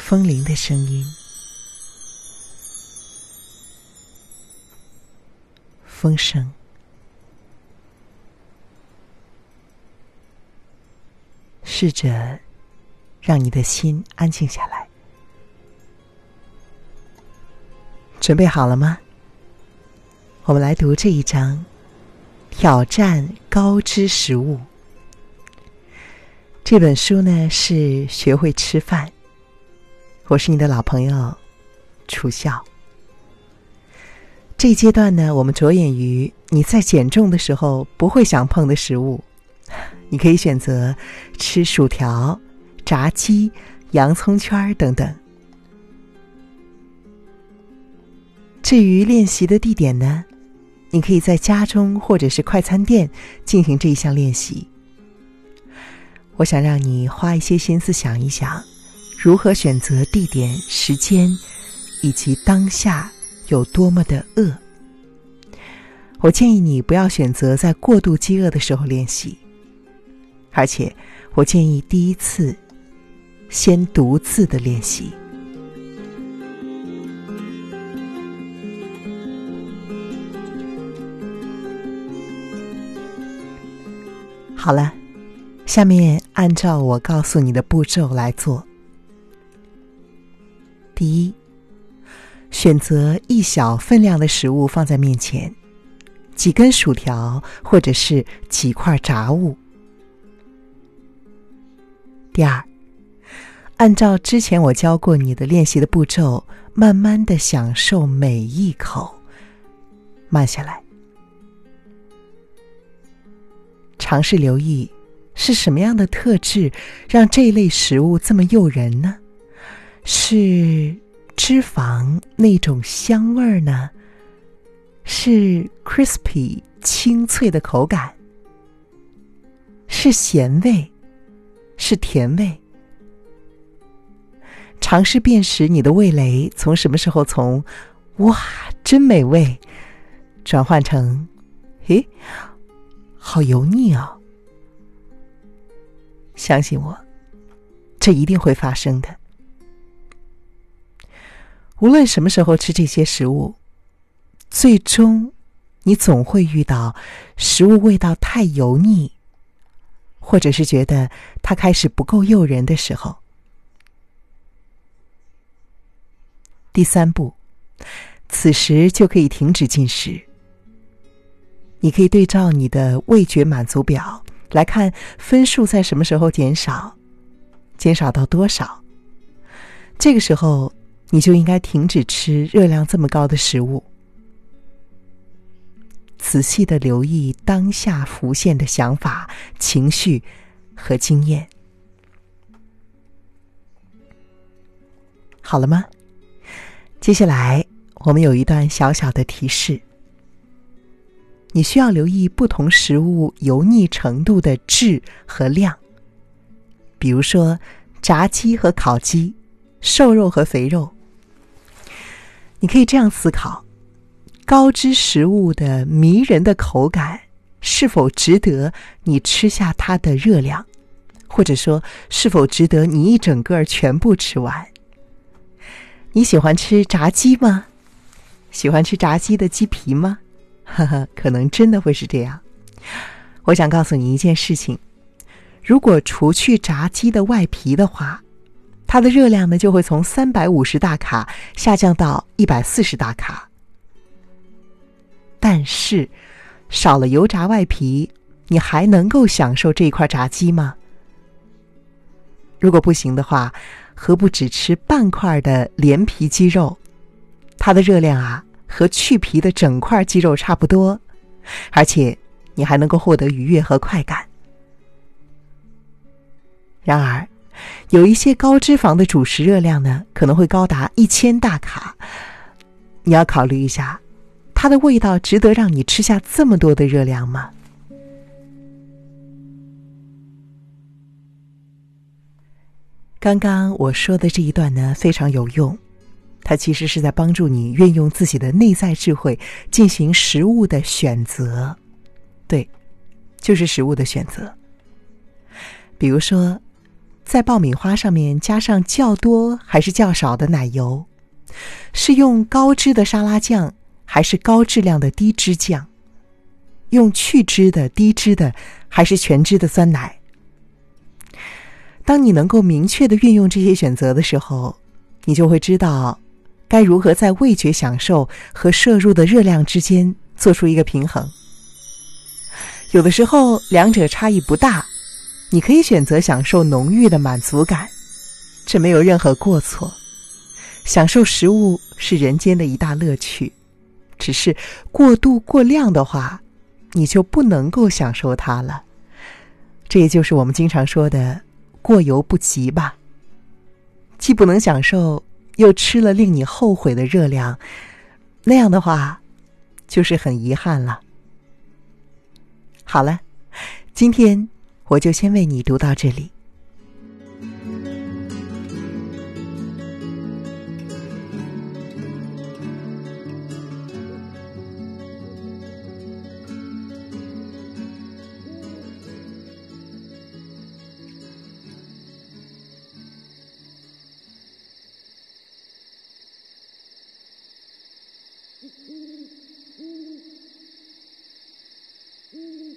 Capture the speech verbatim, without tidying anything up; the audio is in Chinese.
风铃的声音，风声，试着让你的心安静下来。准备好了吗？我们来读这一章，挑战高脂食物。这本书呢是学会吃饭，我是你的老朋友楚笑。这一阶段呢，我们着眼于你在减重的时候不会想碰的食物。你可以选择吃薯条、炸鸡、洋葱圈等等。至于练习的地点呢，你可以在家中或者是快餐店进行这一项练习。我想让你花一些心思想一想，如何选择地点、时间，以及当下有多么的饿。我建议你不要选择在过度饥饿的时候练习，而且我建议第一次先独自的练习。好了，下面按照我告诉你的步骤来做。第一，选择一小分量的食物放在面前，几根薯条或者是几块炸物。第二，按照之前我教过你的练习的步骤，慢慢地享受每一口，慢下来。尝试留意是什么样的特质让这一类食物这么诱人呢？是脂肪那种香味呢？是 crispy 清脆的口感？是咸味？是甜味？尝试辨识你的味蕾从什么时候从哇真美味转换成诶好油腻哦。相信我，这一定会发生的。无论什么时候吃这些食物，最终你总会遇到食物味道太油腻，或者是觉得它开始不够诱人的时候。第三步，此时就可以停止进食。你可以对照你的味觉满足表来看分数在什么时候减少，减少到多少。这个时候你就应该停止吃热量这么高的食物。仔细地留意当下浮现的想法、情绪和经验。好了吗？接下来我们有一段小小的提示。你需要留意不同食物油腻程度的质和量，比如说炸鸡和烤鸡，瘦肉和肥肉。你可以这样思考，高脂食物的迷人的口感是否值得你吃下它的热量，或者说是否值得你一整个全部吃完。你喜欢吃炸鸡吗？喜欢吃炸鸡的鸡皮吗？呵呵，可能真的会是这样。我想告诉你一件事情，如果除去炸鸡的外皮的话，它的热量呢就会从三百五十大卡下降到一百四十大卡。但是少了油炸外皮，你还能够享受这一块炸鸡吗？如果不行的话，何不只吃半块的连皮鸡肉？它的热量啊和去皮的整块鸡肉差不多，而且你还能够获得愉悦和快感。然而，有一些高脂肪的主食热量呢，可能会高达一千大卡。你要考虑一下，它的味道值得让你吃下这么多的热量吗？刚刚我说的这一段呢，非常有用。它其实是在帮助你运用自己的内在智慧进行食物的选择。对，就是食物的选择。比如说在爆米花上面加上较多还是较少的奶油？是用高脂的沙拉酱还是高质量的低脂酱？用去脂的、低脂的还是全脂的酸奶？当你能够明确地运用这些选择的时候，你就会知道该如何在味觉享受和摄入的热量之间做出一个平衡。有的时候两者差异不大，你可以选择享受浓郁的满足感，这没有任何过错。享受食物是人间的一大乐趣，只是过度过量的话，你就不能够享受它了。这也就是我们经常说的过犹不及吧。既不能享受，又吃了令你后悔的热量，那样的话就是很遗憾了。好了，今天我就先为你读到这里。 Mm-hmm.